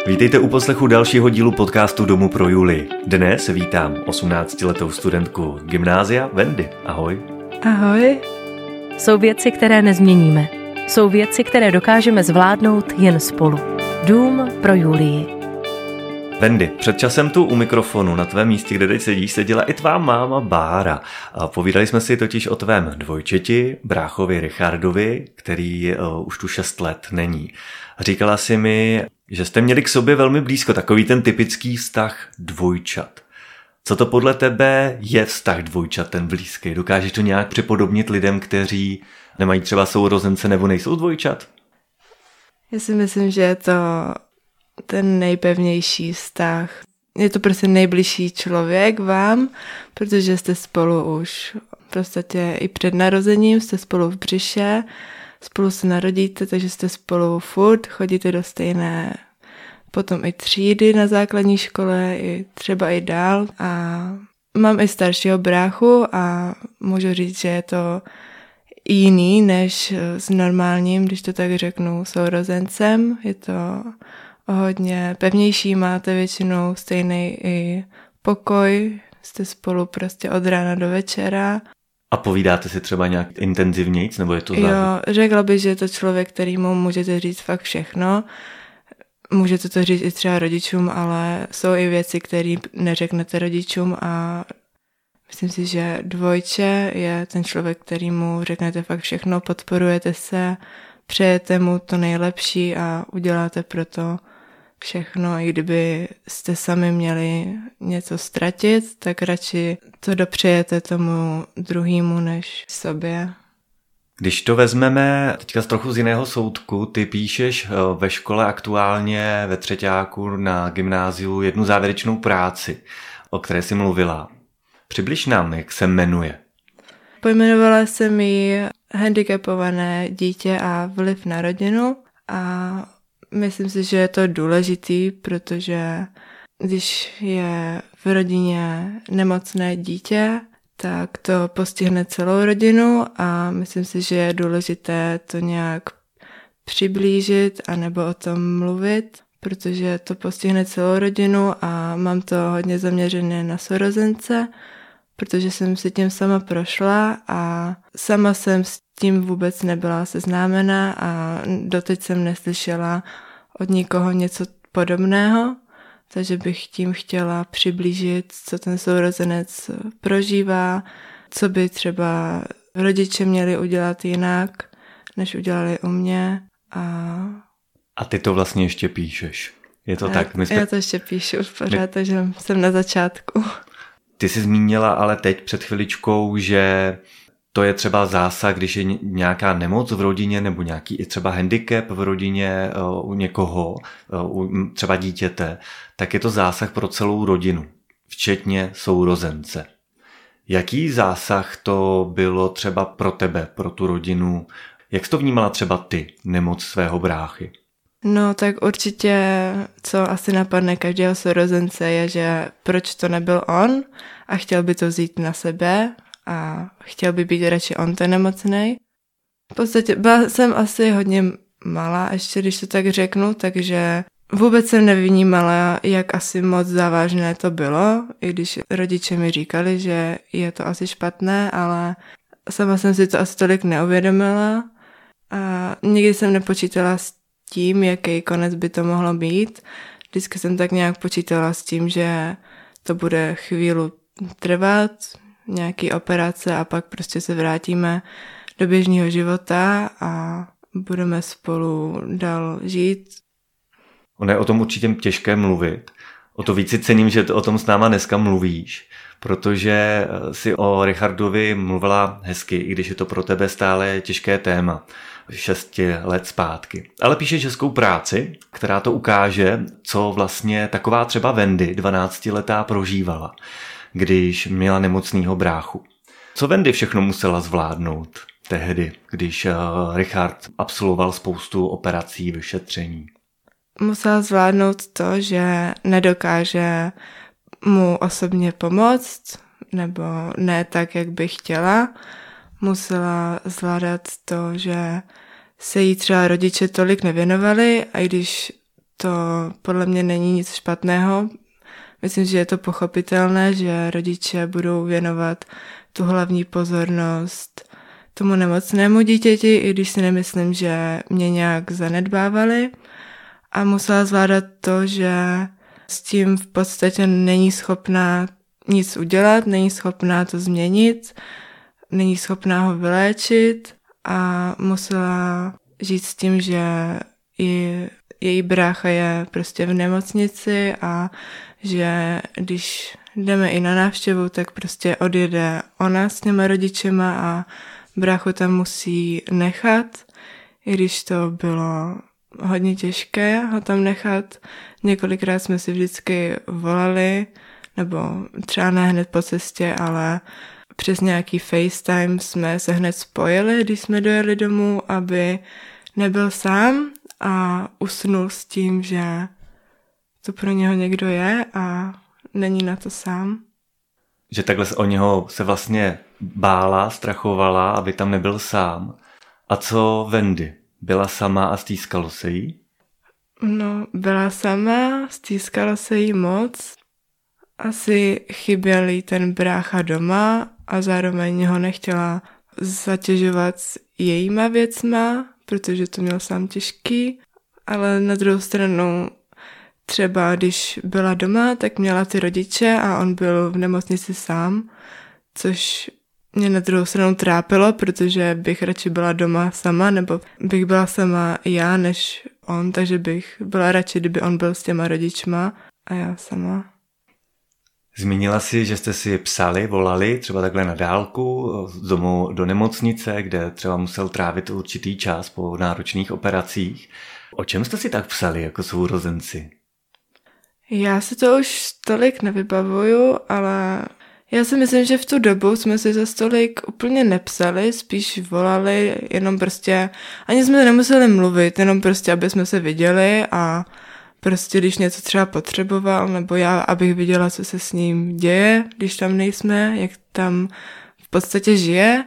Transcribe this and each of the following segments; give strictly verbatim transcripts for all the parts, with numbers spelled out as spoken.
Vítejte u poslechu dalšího dílu podcastu Domu pro Julii. Dnes vítám osmnáctiletou studentku gymnázia Wendy. Ahoj. Ahoj. Jsou věci, které nezměníme. Jsou věci, které dokážeme zvládnout jen spolu. Dům pro Julii. Wendy, před časem tu u mikrofonu na tvém místě, kde teď sedíš, seděla i tvá máma Bára. A povídali jsme si totiž o tvém dvojčeti, bráchovi Richardovi, který uh, už tu šest let není. A říkala si mi, že jste měli k sobě velmi blízko, takový ten typický vztah dvojčat. Co to podle tebe je vztah dvojčat, ten blízký? Dokážeš to nějak připodobnit lidem, kteří nemají třeba sourozence nebo nejsou dvojčat? Já si myslím, že je to ten nejpevnější vztah. Je to prostě nejbližší člověk vám, protože jste spolu už v podstatě i před narozením, jste spolu v břiše, spolu se narodíte, takže jste spolu furt, chodíte do stejné potom i třídy na základní škole, i třeba i dál. A mám i staršího bráchu a můžu říct, že je to jiný než s normálním, když to tak řeknu, sourozencem. Je to hodně pevnější, máte většinou stejný i pokoj, jste spolu prostě od rána do večera. A povídáte si třeba nějak intenzivnějc, nebo je to závěr? Jo, řekla bych, že je to člověk, kterýmu můžete říct fakt všechno. Můžete to říct i třeba rodičům, ale jsou i věci, které neřeknete rodičům a myslím si, že dvojče je ten člověk, kterýmu řeknete fakt všechno, podporujete se, přejete mu to nejlepší a uděláte pro to všechno. I kdyby jste sami měli něco ztratit, tak radši to dopřejete tomu druhému než sobě. Když to vezmeme teďka z trochu z jiného soudku, ty píšeš ve škole aktuálně ve třeťáku na gymnáziu jednu závěrečnou práci, o které jsi mluvila. Přibliž nám, jak se jmenuje. Pojmenovala jsem ji handicapované dítě a vliv na rodinu a myslím si, že je to důležitý, protože když je v rodině nemocné dítě, tak to postihne celou rodinu a myslím si, že je důležité to nějak přiblížit anebo o tom mluvit, protože to postihne celou rodinu a mám to hodně zaměřené na sourozence, protože jsem si tím sama prošla a sama jsem s tím vůbec nebyla seznámena a doteď jsem neslyšela od nikoho něco podobného, takže bych tím chtěla přiblížit, co ten sourozenec prožívá, co by třeba rodiče měli udělat jinak, než udělali u mě. A, a ty to vlastně ještě píšeš. Je to já, tak? My jsme... Já to ještě píšu pořád, My... takže jsem na začátku. Ty jsi zmínila ale teď před chviličkou, že to je třeba zásah, když je nějaká nemoc v rodině nebo nějaký i třeba handicap v rodině u někoho, u třeba dítěte, tak je to zásah pro celou rodinu, včetně sourozence. Jaký zásah to bylo třeba pro tebe, pro tu rodinu? Jak jsi to vnímala třeba ty, nemoc svého bráchy? No tak určitě, co asi napadne každého sourozence, je, že proč to nebyl on a chtěl by to vzít na sebe a chtěl by být radši on ten nemocnej. V podstatě byla jsem asi hodně malá, ještě když to tak řeknu, takže vůbec jsem nevnímala, jak asi moc závažné to bylo, i když rodiče mi říkali, že je to asi špatné, ale sama jsem si to asi tolik neuvědomila a nikdy jsem nepočítala s tím, jaký konec by to mohlo být. Vždycky jsem tak nějak počítala s tím, že to bude chvíli trvat, nějaký operace a pak prostě se vrátíme do běžného života a budeme spolu dál žít. Ono je o tom určitě těžké mluvit. O to víc si cením, že o tom s náma dneska mluvíš, protože si o Richardovi mluvila hezky, i když je to pro tebe stále těžké téma. Šesti let zpátky. Ale píše českou práci, která to ukáže, co vlastně taková třeba Wendy, dvanáctiletá, prožívala, když měla nemocnýho bráchu. Co Wendy všechno musela zvládnout tehdy, když Richard absolvoval spoustu operací, vyšetření? Musela zvládnout to, že nedokáže mu osobně pomoct, nebo ne tak, jak by chtěla. Musela zvládat to, že se jí třeba rodiče tolik nevěnovali a i když to podle mě není nic špatného. Myslím, že je to pochopitelné, že rodiče budou věnovat tu hlavní pozornost tomu nemocnému dítěti, i když si nemyslím, že mě nějak zanedbávali. A musela zvládat to, že s tím v podstatě není schopná nic udělat, není schopná to změnit, není schopná ho vyléčit a musela žít s tím, že i její brácha je prostě v nemocnici a že když jdeme i na návštěvu, tak prostě odjede ona s těma rodičema a bráchu tam musí nechat, i když to bylo hodně těžké ho tam nechat. Několikrát jsme si vždycky volali, nebo třeba ne hned po cestě, ale přes nějaký FaceTime jsme se hned spojili, když jsme dojeli domů, aby nebyl sám a usnul s tím, že to pro něho někdo je a není na to sám. Že takhle o něho se vlastně bála, strachovala, aby tam nebyl sám. A co Wendy? Byla sama a stýskalo se jí? No, byla sama, stýskalo se jí moc. Asi chyběl jí ten brácha doma a zároveň ho nechtěla zatěžovat s jejíma věcma, protože to měl sám těžký. Ale na druhou stranu třeba když byla doma, tak měla ty rodiče a on byl v nemocnici sám, což mě na druhou stranu trápilo, protože bych radši byla doma sama, nebo bych byla sama já než on, takže bych byla radši, kdyby on byl s těma rodičma a já sama. Zmínila si, že jste si psali, volali třeba takhle na dálku z domu do nemocnice, kde třeba musel trávit určitý čas po náročných operacích. O čem jste si tak psali jako sourozenci? Já si to už tolik nevybavuju, ale já si myslím, že v tu dobu jsme si za stolik úplně nepsali, spíš volali, jenom prostě, ani jsme nemuseli mluvit, jenom prostě, aby jsme se viděli a prostě, když něco třeba potřeboval, nebo já, abych viděla, co se s ním děje, když tam nejsme, jak tam v podstatě žije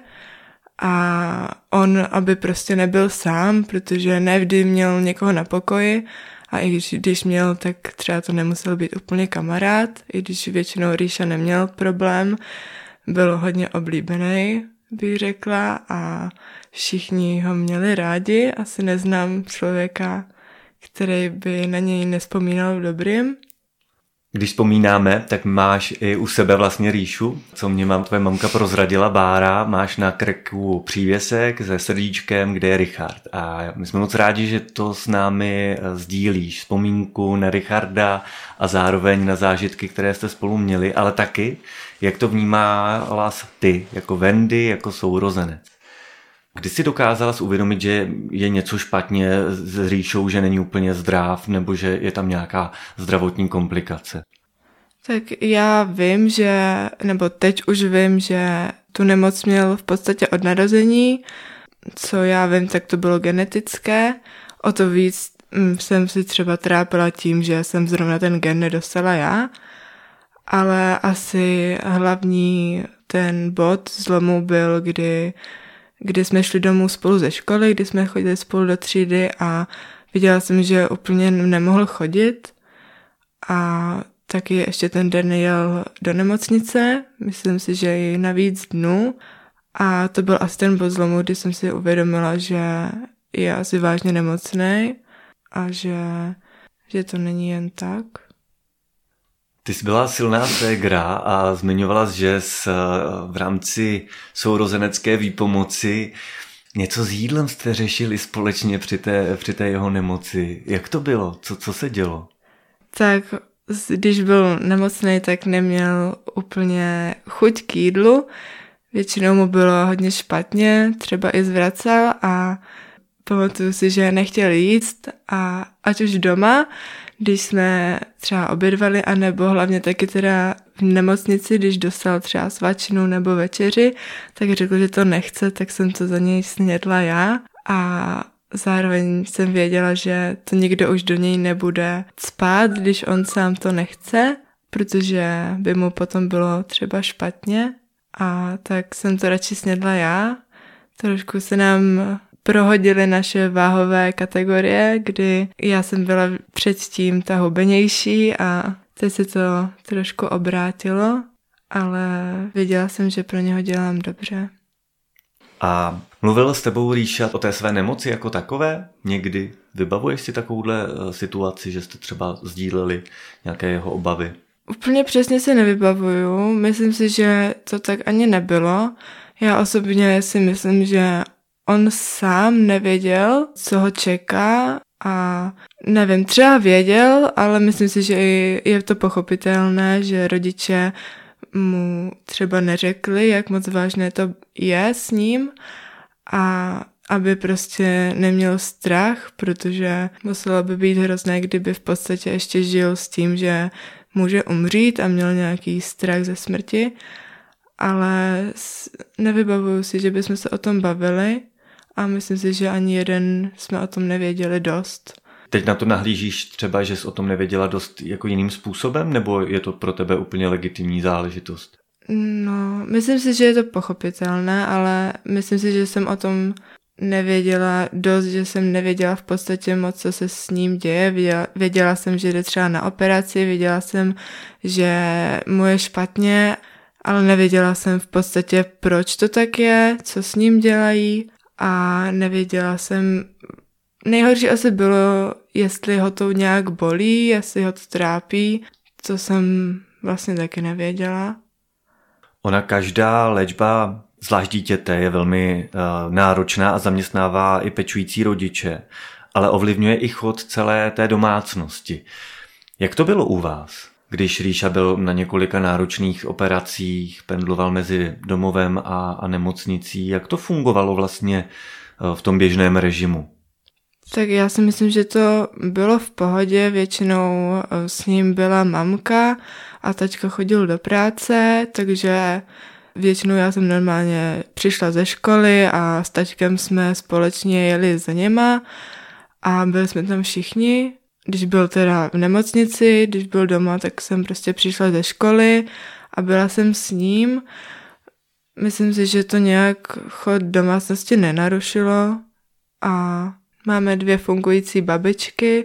a on, aby prostě nebyl sám, protože ne vždy měl někoho na pokoji a i když, když měl, tak třeba to nemusel být úplně kamarád, i když většinou Ríša neměl problém, byl hodně oblíbený, bych řekla, a všichni ho měli rádi, asi neznám člověka, který by na něj nevzpomínal v dobrým. Když vzpomínáme, tak máš i u sebe vlastně Ríšu, co mě mám tvoje mamka prozradila, Bára, máš na krku přívěsek se srdíčkem, kde je Richard. A my jsme moc rádi, že to s námi sdílíš, vzpomínku na Richarda a zároveň na zážitky, které jste spolu měli, ale taky, jak to vnímala ty, jako Wendy, jako sourozenec. Kdy jsi dokázala si uvědomit, že je něco špatně s Ríšou, že není úplně zdrav, nebo že je tam nějaká zdravotní komplikace? Tak já vím, že, nebo teď už vím, že tu nemoc měl v podstatě od narození. Co já vím, tak to bylo genetické. O to víc jsem si třeba trápila tím, že jsem zrovna ten gen nedostala já. Ale asi hlavní ten bod zlomu byl, kdy kdy jsme šli domů spolu ze školy, kdy jsme chodili spolu do třídy a viděla jsem, že úplně nemohl chodit a taky ještě ten den jel do nemocnice, myslím si, že i na víc dnů a to byl asi ten bod zlomu, kdy jsem si uvědomila, že je asi vážně nemocnej a že, že to není jen tak. Ty jsi byla silná ségra a zmiňovala jsi, že jsi v rámci sourozenecké výpomoci něco s jídlem jste řešili společně při té, při té jeho nemoci. Jak to bylo? Co, co se dělo? Tak když byl nemocný, tak neměl úplně chuť k jídlu. Většinou mu bylo hodně špatně, třeba i zvracel a pamatuju si, že nechtěl jíst a ať už doma, když jsme třeba obědvali, anebo hlavně taky teda v nemocnici, když dostal třeba svačinu nebo večeři, tak řekl, že to nechce, tak jsem to za něj snědla já a zároveň jsem věděla, že to nikdo už do něj nebude spát, když on sám to nechce, protože by mu potom bylo třeba špatně a tak jsem to radši snědla já. Trošku se nám prohodili naše váhové kategorie, kdy já jsem byla předtím ta hubenější a teď se to trošku obrátilo, ale věděla jsem, že pro něho dělám dobře. A mluvil s tebou Ríša o té své nemoci jako takové? Někdy vybavuješ si takovouhle situaci, že jste třeba sdíleli nějaké jeho obavy? Úplně přesně si nevybavuju. Myslím si, že to tak ani nebylo. Já osobně si myslím, že on sám nevěděl, co ho čeká a nevím, třeba věděl, ale myslím si, že je to pochopitelné, že rodiče mu třeba neřekli, jak moc vážné to je s ním a aby prostě neměl strach, protože muselo by být hrozné, kdyby v podstatě ještě žil s tím, že může umřít a měl nějaký strach ze smrti, ale nevybavuju si, že bychom se o tom bavili a myslím si, že ani jeden jsme o tom nevěděli dost. Teď na to nahlížíš třeba, že jsi o tom nevěděla dost jako jiným způsobem, nebo je to pro tebe úplně legitimní záležitost? No, myslím si, že je to pochopitelné, ale myslím si, že jsem o tom nevěděla dost, že jsem nevěděla v podstatě moc, co se s ním děje. Věděla, věděla jsem, že jde třeba na operaci, věděla jsem, že mu je špatně, ale nevěděla jsem v podstatě, proč to tak je, co s ním dělají a nevěděla jsem. Nejhorší asi bylo, jestli ho to nějak bolí, jestli ho to trápí, co jsem vlastně taky nevěděla. Ona každá léčba, zvlášť dítěte, je velmi uh, náročná a zaměstnává i pečující rodiče, ale ovlivňuje i chod celé té domácnosti. Jak to bylo u vás, když Ríša byl na několika náročných operacích, pendloval mezi domovem a, a nemocnicí? Jak to fungovalo vlastně uh, v tom běžném režimu? Tak já si myslím, že to bylo v pohodě, většinou s ním byla mamka a taťka chodil do práce, takže většinou já jsem normálně přišla ze školy a s taťkem jsme společně jeli za něma a byli jsme tam všichni. Když byl teda v nemocnici, když byl doma, tak jsem prostě přišla ze školy a byla jsem s ním. Myslím si, že to nějak chod domácnosti nenarušilo a máme dvě fungující babičky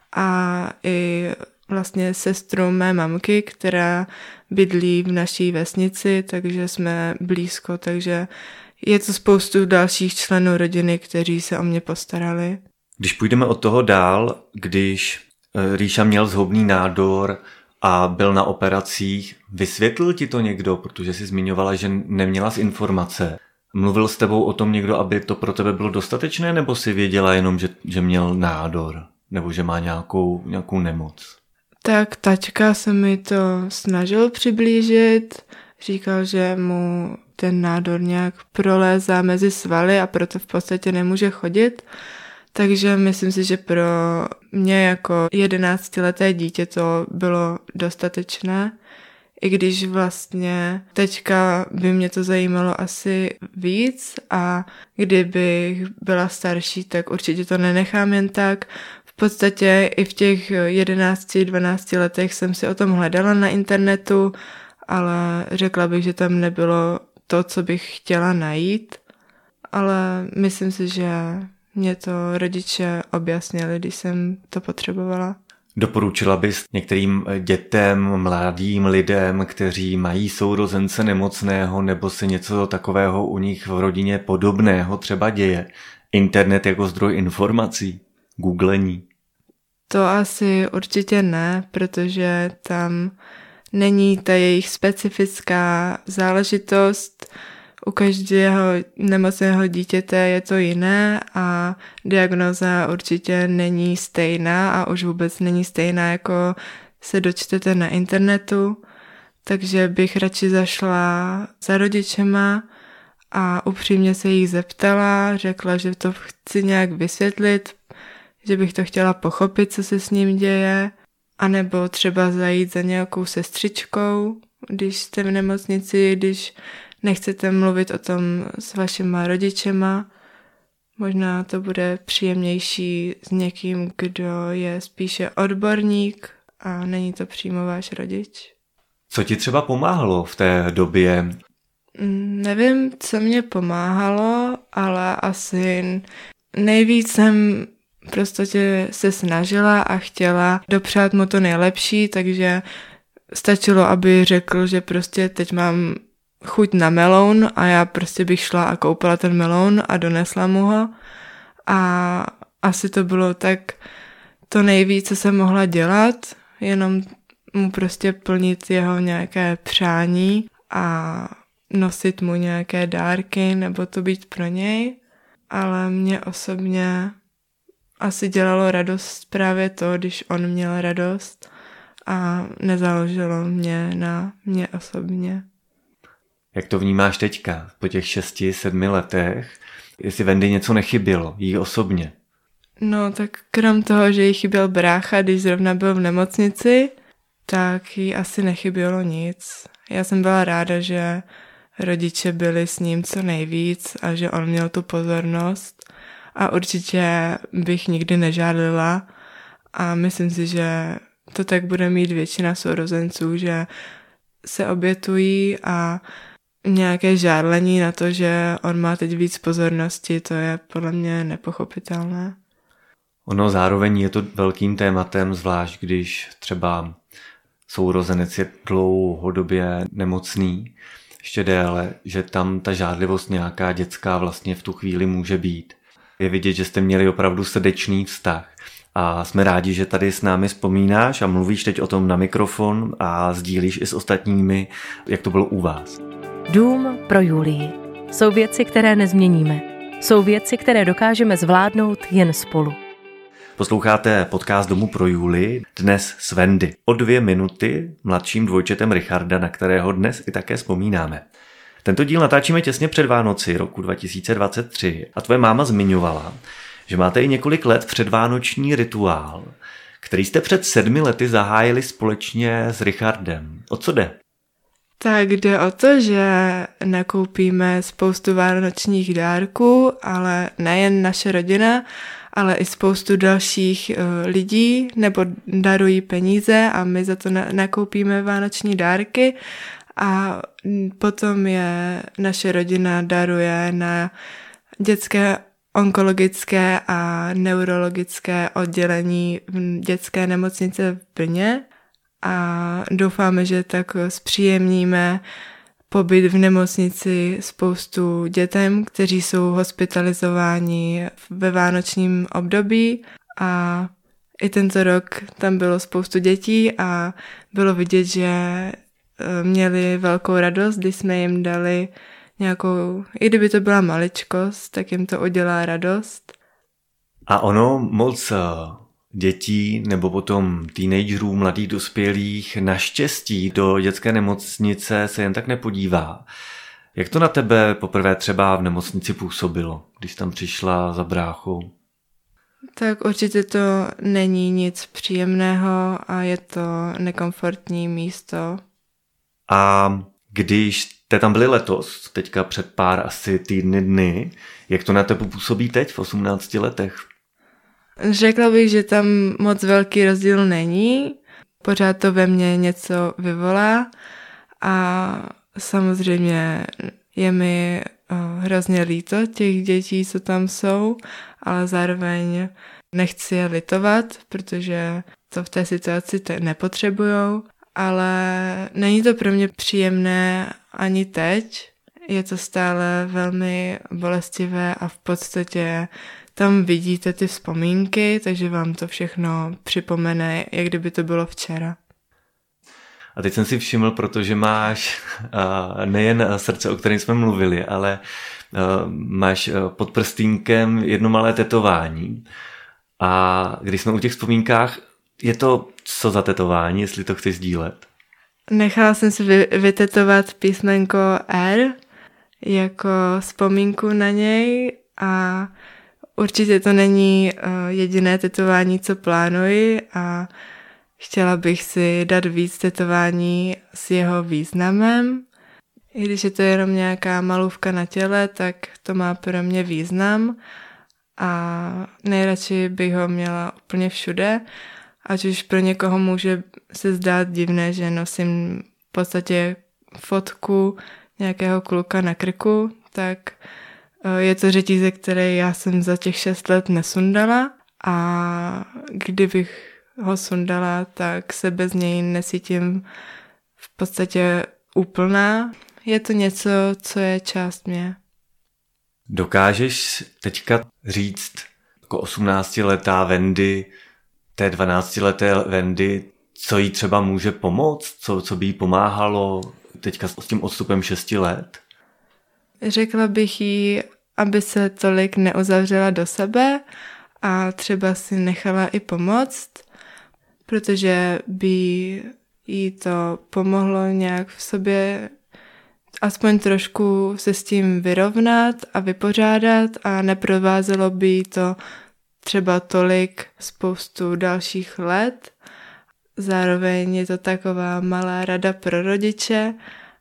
a i vlastně sestru mé mamky, která bydlí v naší vesnici, takže jsme blízko, takže je to spoustu dalších členů rodiny, kteří se o mě postarali. Když půjdeme od toho dál, když Ríša měl zhoubný nádor a byl na operacích, vysvětlil ti to někdo, protože jsi zmiňovala, že neměla z informace. Mluvil s tebou o tom někdo, aby to pro tebe bylo dostatečné, nebo si věděla jenom, že, že měl nádor, nebo že má nějakou, nějakou nemoc? Tak taťka se mi to snažil přiblížit, říkal, že mu ten nádor nějak prolézá mezi svaly a proto v podstatě nemůže chodit, takže myslím si, že pro mě jako jedenáctileté dítě to bylo dostatečné. I když vlastně teďka by mě to zajímalo asi víc a kdybych byla starší, tak určitě to nenechám jen tak. V podstatě i v těch jedenácti dvanácti letech jsem si o tom hledala na internetu, ale řekla bych, že tam nebylo to, co bych chtěla najít. Ale myslím si, že mě to rodiče objasnili, když jsem to potřebovala. Doporučila bys některým dětem, mladým lidem, kteří mají sourozence nemocného nebo se něco takového u nich v rodině podobného třeba děje? Internet jako zdroj informací? Googlení? To asi určitě ne, protože tam není ta jejich specifická záležitost. U každého nemocného dítěte je to jiné a diagnóza určitě není stejná a už vůbec není stejná, jako se dočtete na internetu. Takže bych radši zašla za rodičema a upřímně se jich zeptala, řekla, že to chci nějak vysvětlit, že bych to chtěla pochopit, co se s ním děje, anebo třeba zajít za nějakou sestřičkou, když jste v nemocnici, když nechcete mluvit o tom s vašima rodičema. Možná to bude příjemnější s někým, kdo je spíše odborník a není to přímo váš rodič. Co ti třeba pomáhalo v té době? Nevím, co mě pomáhalo, ale asi nejvíc jsem prostě se snažila a chtěla dopřát mu to nejlepší, takže stačilo, aby řekl, že prostě teď mám chuť na meloun a já prostě bych šla a koupila ten meloun a donesla mu ho. A asi to bylo tak to nejvíc, co jsem mohla dělat, jenom mu prostě plnit jeho nějaké přání a nosit mu nějaké dárky nebo to být pro něj. Ale mě osobně asi dělalo radost právě to, když on měl radost a nezáleželo mě na mě osobně. Jak to vnímáš teďka, po těch šesti, sedmi letech? Jestli Wendy něco nechybělo, jí osobně? No tak krom toho, že jí chyběl brácha, když zrovna byl v nemocnici, tak jí asi nechybělo nic. Já jsem byla ráda, že rodiče byli s ním co nejvíc a že on měl tu pozornost a určitě bych nikdy nežádlila a myslím si, že to tak bude mít většina sourozenců, že se obětují a nějaké žádlení na to, že on má teď víc pozornosti, to je podle mě nepochopitelné. Ono zároveň je to velkým tématem, zvlášť když třeba sourozenec je dlouhodobě nemocný, ještě déle, že tam ta žádlivost nějaká dětská vlastně v tu chvíli může být. Je vidět, že jste měli opravdu srdečný vztah a jsme rádi, že tady s námi vzpomínáš a mluvíš teď o tom na mikrofon a sdílíš i s ostatními, jak to bylo u vás. Dům pro Julii. Jsou věci, které nezměníme. Jsou věci, které dokážeme zvládnout jen spolu. Posloucháte podcast Domu pro Julii, dnes s Wendy. O dvě minuty mladším dvojčetem Richarda, na kterého dnes i také vzpomínáme. Tento díl natáčíme těsně před Vánoci roku dva tisíce dvacet tři a tvoje máma zmiňovala, že máte i několik let předvánoční rituál, který jste před sedmi lety zahájili společně s Richardem. O co jde? Tak jde o to, že nakoupíme spoustu vánočních dárků, ale nejen naše rodina, ale i spoustu dalších uh, lidí, nebo darují peníze a my za to na- nakoupíme vánoční dárky a potom je naše rodina daruje na dětské onkologické a neurologické oddělení v dětské nemocnice v Brně a doufáme, že tak zpříjemníme pobyt v nemocnici spoustu dětem, kteří jsou hospitalizováni ve vánočním období a i tento rok tam bylo spoustu dětí a bylo vidět, že měli velkou radost, když jsme jim dali nějakou, i kdyby to byla maličkost, tak jim to udělá radost. A ono moc dětí nebo potom teenagerů, mladých dospělých naštěstí do dětské nemocnice se jen tak nepodívá. Jak to na tebe poprvé třeba v nemocnici působilo, když tam přišla za bráchou? Tak určitě to není nic příjemného a je to nekomfortní místo. A když jste tam byli letos, teďka před pár asi týdny dny, jak to na tebe působí teď v osmnácti letech? Řekla bych, že tam moc velký rozdíl není. Pořád to ve mně něco vyvolá a samozřejmě je mi hrozně líto těch dětí, co tam jsou, ale zároveň nechci je litovat, protože to v té situaci nepotřebujou, ale není to pro mě příjemné ani teď. Je to stále velmi bolestivé a v podstatě tam vidíte ty vzpomínky, takže vám to všechno připomene, jak kdyby to bylo včera. A teď jsem si všiml, protože máš uh, nejen srdce, o kterém jsme mluvili, ale uh, máš pod prstínkem jedno malé tetování. A když jsme u těch vzpomínkách, je to co za tetování, jestli to chceš sdílet? Nechala jsem si vy, vytetovat písmenko R jako vzpomínku na něj a určitě to není uh, jediné tetování, co plánuji a chtěla bych si dát víc tetování s jeho významem. I když je to jenom nějaká malůvka na těle, tak to má pro mě význam a nejradši bych ho měla úplně všude, ať už pro někoho může se zdát divné, že nosím v podstatě fotku nějakého kluka na krku, tak je to řetízek, který já jsem za těch šest let nesundala a kdybych ho sundala, tak se bez něj nesítím v podstatě úplná. Je to něco, co je část mě. Dokážeš teďka říct jako osmnáctiletá Wendy, té dvanáctileté Wendy, co jí třeba může pomoct, co, co by jí pomáhalo teďka s tím odstupem šesti let? Řekla bych jí, aby se tolik neuzavřela do sebe a třeba si nechala i pomoct, protože by jí to pomohlo nějak v sobě aspoň trošku se s tím vyrovnat a vypořádat a neprovázelo by jí to třeba tolik spoustu dalších let. Zároveň je to taková malá rada pro rodiče,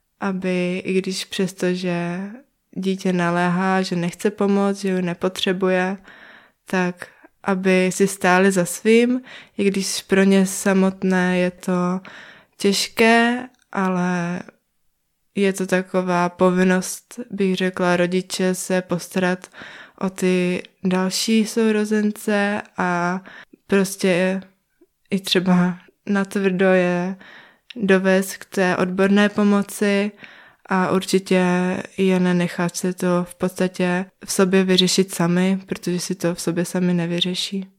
aby i když přesto, že dítě naléhá, že nechce pomoct, že ji nepotřebuje, tak aby si stáli za svým, i když pro ně samotné je to těžké, ale je to taková povinnost, bych řekla, rodiče se postarat o ty další sourozence a prostě i třeba natvrdo je dovést k té odborné pomoci a určitě je nenechat se to v podstatě v sobě vyřešit sami, protože si to v sobě sami nevyřeší.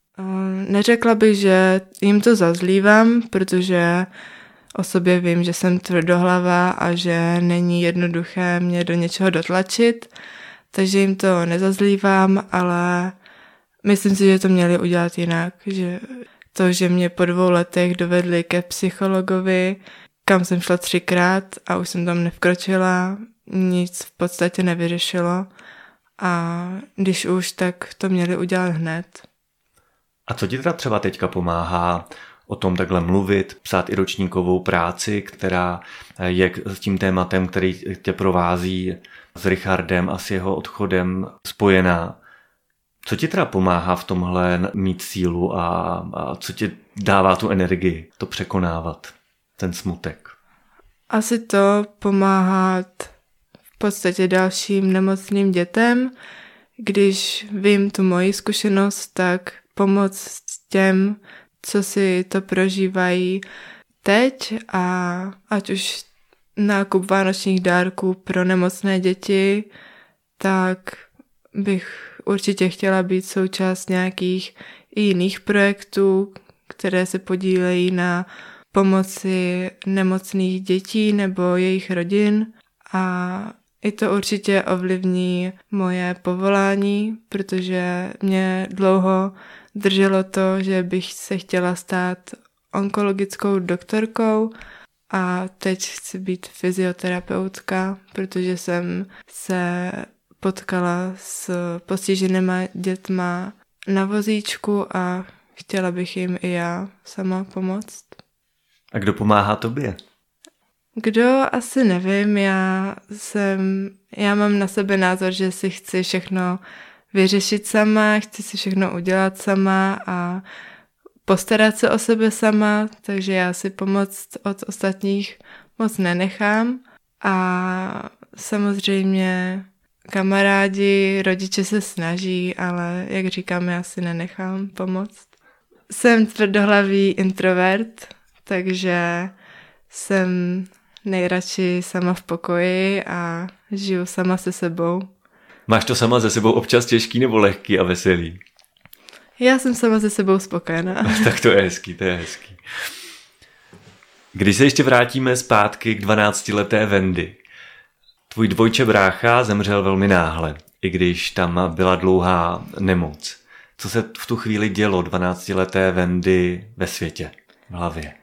Neřekla bych, že jim to zazlívám, protože o sobě vím, že jsem tvrdohlava a že není jednoduché mě do něčeho dotlačit, takže jim to nezazlívám, ale myslím si, že to měli udělat jinak, že to, že mě po dvou letech dovedli ke psychologovi, kam jsem šla třikrát a už jsem tam nevkročila, nic v podstatě nevyřešilo a když už, tak to měli udělat hned. A co ti teda třeba teďka pomáhá o tom takhle mluvit, psát i ročníkovou práci, která je s tím tématem, který tě provází s Richardem a s jeho odchodem spojená? Co ti teda pomáhá v tomhle mít sílu a, a co ti dává tu energii to překonávat, ten smutek? Asi to pomáhat v podstatě dalším nemocným dětem. Když vím tu moji zkušenost, tak pomoct těm, co si to prožívají teď a ať už nákup vánočních dárků pro nemocné děti, tak bych určitě chtěla být součást nějakých i jiných projektů, které se podílejí na pomoci nemocných dětí nebo jejich rodin a i to určitě ovlivní moje povolání, protože mě dlouho drželo to, že bych se chtěla stát onkologickou doktorkou a teď chci být fyzioterapeutka, protože jsem se potkala s postiženýma dětma na vozíčku a chtěla bych jim i já sama pomoct. A kdo pomáhá tobě? Kdo? Asi nevím. Já jsem, já mám na sebe názor, že si chci všechno vyřešit sama, chci si všechno udělat sama a postarat se o sebe sama, takže já si pomoct od ostatních moc nenechám a samozřejmě kamarádi, rodiče se snaží, ale jak říkám, já si nenechám pomoct. Jsem tvrdohlavý introvert, takže jsem nejradši sama v pokoji a žiju sama se sebou. Máš to sama se sebou občas těžký nebo lehký a veselý? Já jsem sama se sebou spokojená. Tak to je hezký, to je hezký. Když se ještě vrátíme zpátky k dvanáctileté Wendy. Tvůj dvojče brácha zemřel velmi náhle, i když tam byla dlouhá nemoc. Co se v tu chvíli dělo dvanáctileté Wendy ve světě, v hlavě?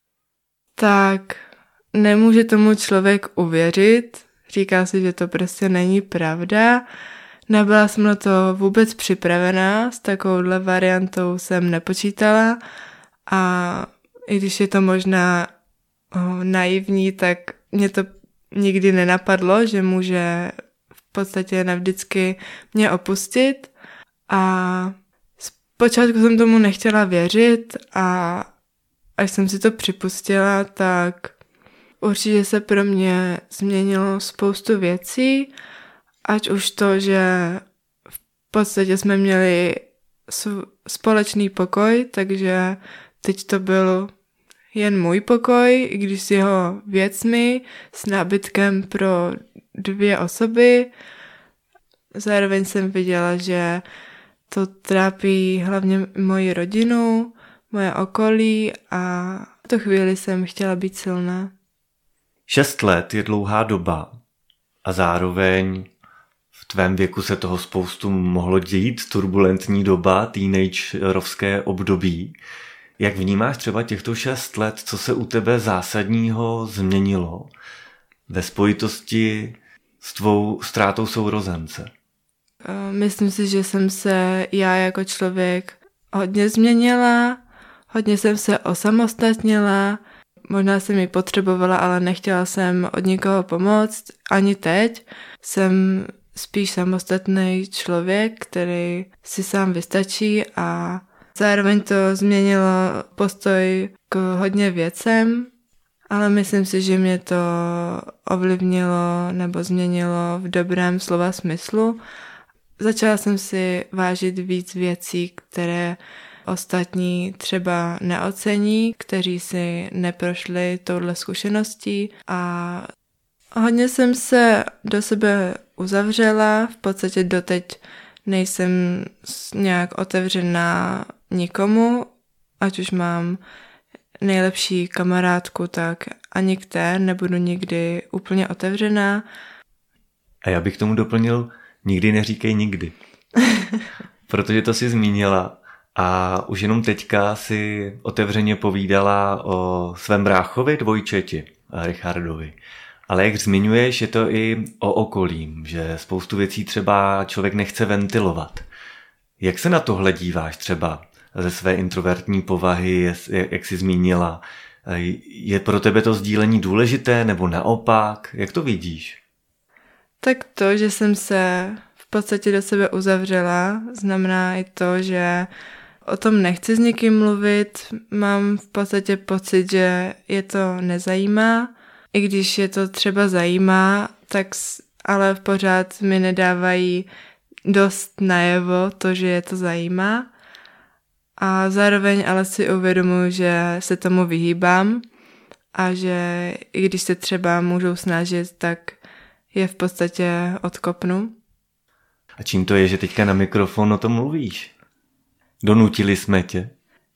Tak nemůže tomu člověk uvěřit. Říká si, že to prostě není pravda. Nebyla jsem na to vůbec připravená, s takovouhle variantou jsem nepočítala a i když je to možná oh, naivní, tak mě to nikdy nenapadlo, že může v podstatě navždycky mě opustit a zpočátku jsem tomu nechtěla věřit a až jsem si to připustila, tak Určitě se pro mě změnilo spoustu věcí, ať už to, že v podstatě jsme měli společný pokoj, takže teď to byl jen můj pokoj, i když s jeho věcmi, s nábytkem pro dvě osoby. Zároveň jsem viděla, že to trápí hlavně moji rodinu, moje okolí a v tu chvíli jsem chtěla být silná. Šest let je dlouhá doba a zároveň v tvém věku se toho spoustu mohlo dít, turbulentní doba, teenagerovské období. Jak vnímáš třeba těchto šest let, co se u tebe zásadního změnilo ve spojitosti s tvou ztrátou sourozence? Myslím si, že jsem se já jako člověk hodně změnila, hodně jsem se osamostatnila, možná jsem ji potřebovala, ale nechtěla jsem od nikoho pomoct. Ani teď jsem spíš samostatný člověk, který si sám vystačí a zároveň to změnilo postoj k hodně věcem, ale myslím si, že mě to ovlivnilo nebo změnilo v dobrém slova smyslu. Začala jsem si vážit víc věcí, které ostatní třeba neocení, kteří si neprošli touhle zkušeností a hodně jsem se do sebe uzavřela, v podstatě doteď nejsem nějak otevřená nikomu, ať už mám nejlepší kamarádku, tak ani k té nebudu nikdy úplně otevřená. A já bych tomu doplnil, nikdy neříkej nikdy. Protože to si zmínila a už jenom teďka si otevřeně povídala o svém bráchovi dvojčeti, Richardovi. Ale jak zmiňuješ, je to i o okolí, že spoustu věcí třeba člověk nechce ventilovat. Jak se na tohle díváš třeba ze své introvertní povahy, jak jsi zmínila? Je pro tebe to sdílení důležité nebo naopak? Jak to vidíš? Tak to, že jsem se v podstatě do sebe uzavřela, znamená i to, že o tom nechci s někým mluvit. Mám v podstatě pocit, že je to nezajímá. I když je to třeba zajímá, tak ale pořád mi nedávají dost najevo to, že je to zajímá. A zároveň ale si uvědomuji, že se tomu vyhýbám a že i když se třeba můžou snažit, tak je v podstatě odkopnu. A čím to je, že teďka na mikrofon o tom mluvíš? Donutili jsme tě?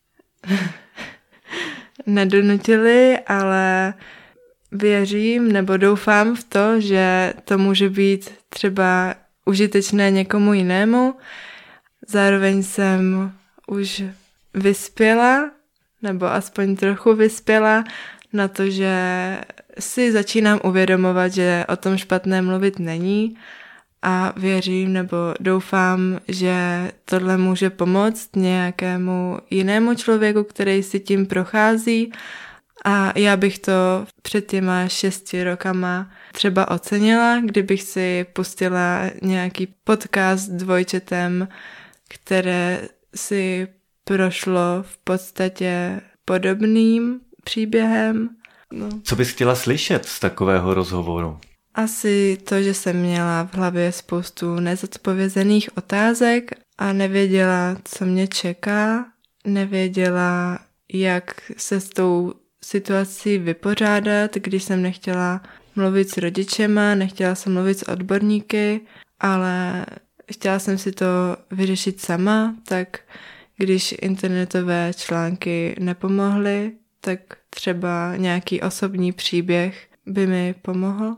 Nedonutili, ale věřím nebo doufám v to, že to může být třeba užitečné někomu jinému. Zároveň jsem už vyspěla, nebo aspoň trochu vyspěla na to, že si začínám uvědomovat, že o tom špatné mluvit není a věřím nebo doufám, že tohle může pomoct nějakému jinému člověku, který si tím prochází. A já bych to před těma šesti rokama třeba ocenila, kdybych si pustila nějaký podcast s dvojčetem, které si prošlo v podstatě podobným příběhem. No. Co bys chtěla slyšet z takového rozhovoru? Asi to, že jsem měla v hlavě spoustu nezodpovězených otázek a nevěděla, co mě čeká, nevěděla, jak se s tou situací vypořádat, když jsem nechtěla mluvit s rodičema, nechtěla jsem mluvit s odborníky, ale chtěla jsem si to vyřešit sama, tak když internetové články nepomohly, tak třeba nějaký osobní příběh by mi pomohl.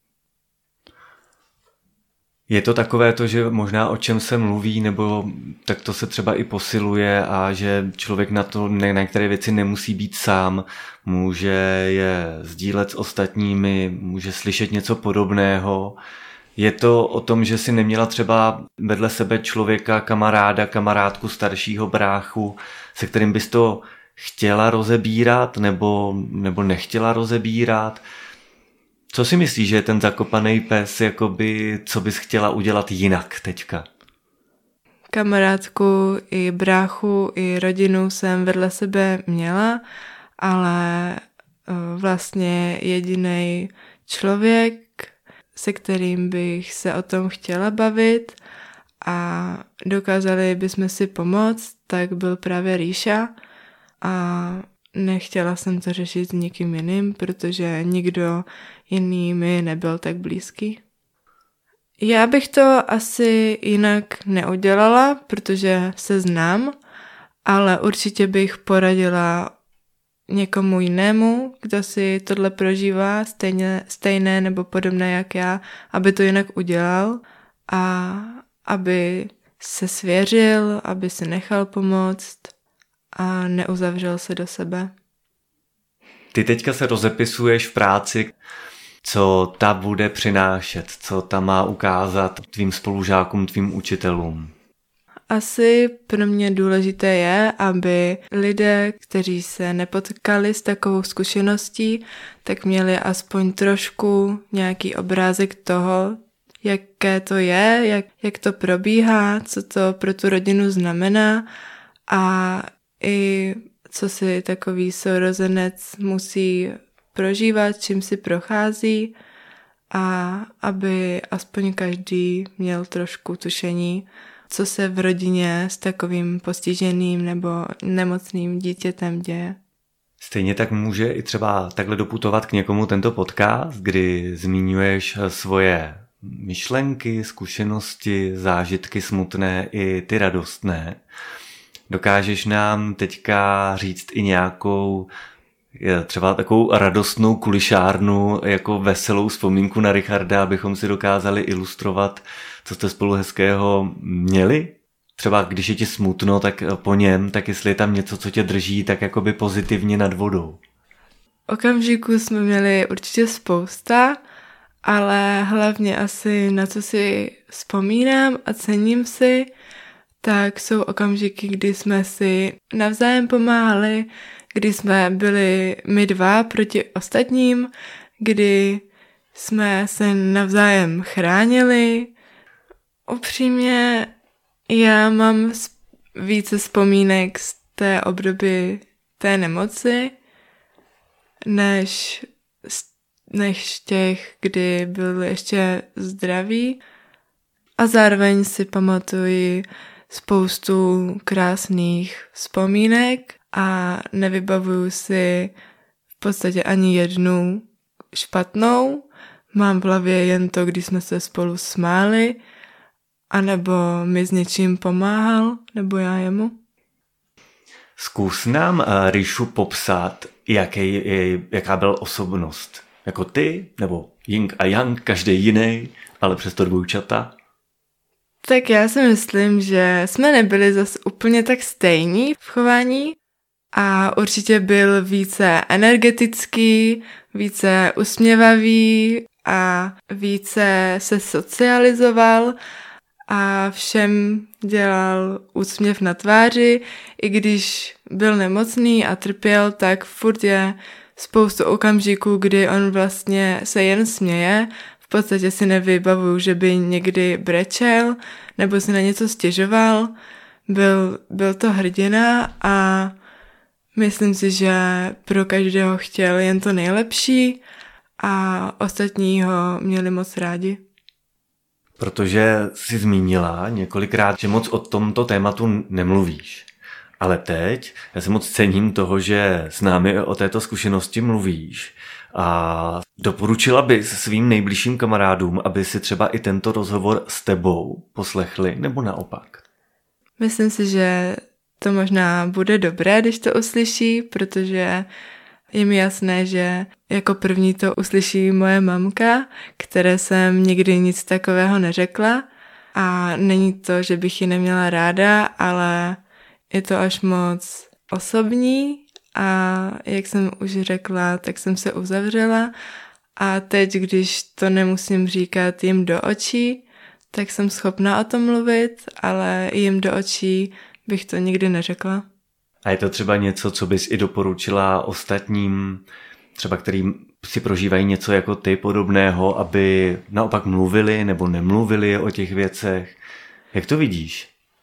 Je to takové to, že možná o čem se mluví, nebo tak to se třeba i posiluje a že člověk na to, na některé věci nemusí být sám, může je sdílet s ostatními, může slyšet něco podobného. Je to o tom, že si neměla třeba vedle sebe člověka, kamaráda, kamarádku, staršího bráchu, se kterým bys to chtěla rozebírat nebo, nebo nechtěla rozebírat? Co si myslíš, že je ten zakopaný pes, jakoby, co bys chtěla udělat jinak teďka? Kamarádku i bráchu, i rodinu jsem vedle sebe měla, ale vlastně jediný člověk, se kterým bych se o tom chtěla bavit a dokázali bychom si pomoct, tak byl právě Ríša a nechtěla jsem to řešit s nikým jiným, protože nikdo jiný mi nebyl tak blízký. Já bych to asi jinak neudělala, protože se znám, ale určitě bych poradila někomu jinému, kdo si tohle prožívá stejně, stejné nebo podobné jak já, aby to jinak udělal a aby se svěřil, aby si nechal pomoct a neuzavřel se do sebe. Ty teďka se rozepisuješ v práci, co ta bude přinášet, co ta má ukázat tvým spolužákům, tvým učitelům. Asi pro mě důležité je, aby lidé, kteří se nepotkali s takovou zkušeností, tak měli aspoň trošku nějaký obrázek toho, jaké to je, jak, jak to probíhá, co to pro tu rodinu znamená a i co si takový sourozenec musí prožívat, čím si prochází a aby aspoň každý měl trošku tušení, co se v rodině s takovým postiženým nebo nemocným dítětem děje. Stejně tak může i třeba takhle doputovat k někomu tento podcast, kdy zmiňuješ svoje myšlenky, zkušenosti, zážitky smutné i ty radostné. Dokážeš nám teďka říct i nějakou třeba takovou radostnou kulišárnu, jako veselou vzpomínku na Richarda, abychom si dokázali ilustrovat, co jste spolu hezkého měli? Třeba když je ti smutno, tak po něm, tak jestli je tam něco, co tě drží, tak jakoby pozitivně nad vodou. Okamžiků jsme měli určitě spousta, ale hlavně asi na co si vzpomínám a cením si, tak jsou okamžiky, kdy jsme si navzájem pomáhali, kdy jsme byli my dva proti ostatním, kdy jsme se navzájem chránili. Upřímně já mám více vzpomínek z té období té nemoci, než, než těch, kdy byl ještě zdravý. A zároveň si pamatuji spoustu krásných vzpomínek a nevybavuju si v podstatě ani jednu špatnou. Mám v hlavě jen to, když jsme se spolu smáli, anebo mi s něčím pomáhal, nebo já jemu. Zkus nám Ríšu popsat, jaký, jaká byla osobnost. Jako ty, nebo Ying a Yang, každý jiný, ale přesto dvojčata. Tak já si myslím, že jsme nebyli zase úplně tak stejní v chování a určitě byl více energetický, více usměvavý a více se socializoval a všem dělal úsměv na tváři. I když byl nemocný a trpěl, tak furt je spoustu okamžiků, kdy on vlastně se jen směje. V podstatě si nevybavuju, že by někdy brečel nebo si na něco stěžoval. Byl, byl to hrdina a myslím si, že pro každého chtěl jen to nejlepší a ostatní ho měli moc rádi. Protože jsi zmínila několikrát, že moc o tomto tématu nemluvíš. Ale teď já se moc cením toho, že s námi o této zkušenosti mluvíš. A doporučila bys svým nejbližším kamarádům, aby si třeba i tento rozhovor s tebou poslechli, nebo naopak? Myslím si, že to možná bude dobré, když to uslyší, protože je mi jasné, že jako první to uslyší moje mamka, které jsem nikdy nic takového neřekla. A není to, že bych ji neměla ráda, ale je to až moc osobní a jak jsem už řekla, tak jsem se uzavřela a teď, když to nemusím říkat jim do očí, tak jsem schopná o tom mluvit, ale jim do očí bych to nikdy neřekla. A je to třeba něco, co bys i doporučila ostatním, třeba kterým si prožívají něco jako ty podobného, aby naopak mluvili nebo nemluvili o těch věcech? Jak to vidíš?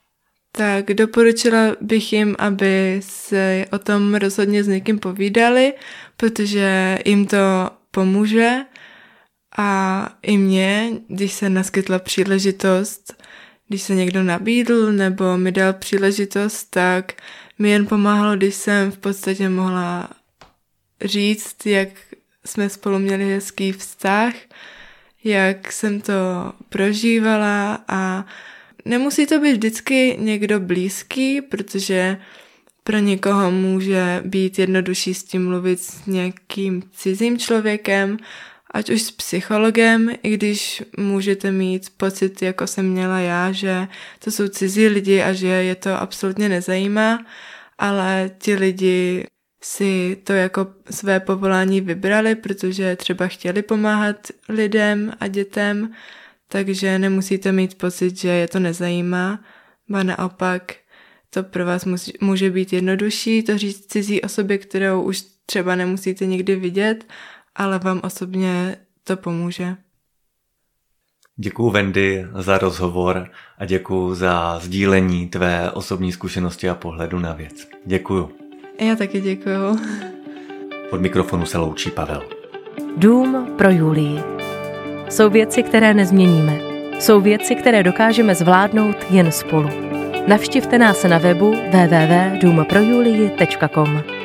tak doporučila bych jim, aby se o tom rozhodně s někým povídali, protože jim to pomůže a i mně, když se naskytla příležitost, když se někdo nabídl nebo mi dal příležitost, tak mi jen pomáhalo, když jsem v podstatě mohla říct, jak jsme spolu měli hezký vztah, jak jsem to prožívala a nemusí to být vždycky někdo blízký, protože pro někoho může být jednodušší s tím mluvit s nějakým cizím člověkem, ať už s psychologem, i když můžete mít pocit, jako jsem měla já, že to jsou cizí lidi a že je to absolutně nezajímá, ale ti lidi si to jako své povolání vybrali, protože třeba chtěli pomáhat lidem a dětem, takže nemusíte mít pocit, že je to nezajímá, ba naopak to pro vás musí, může být jednodušší to říct cizí osobě, kterou už třeba nemusíte nikdy vidět, ale vám osobně to pomůže. Děkuju, Wendy, za rozhovor a děkuju za sdílení tvé osobní zkušenosti a pohledu na věc. Děkuju. Já taky děkuju. Od mikrofonu se loučí Pavel. Dům pro Julii. Jsou věci, které nezměníme. Jsou věci, které dokážeme zvládnout jen spolu. Navštivte nás na webu w w w tečka dům pro julii tečka com.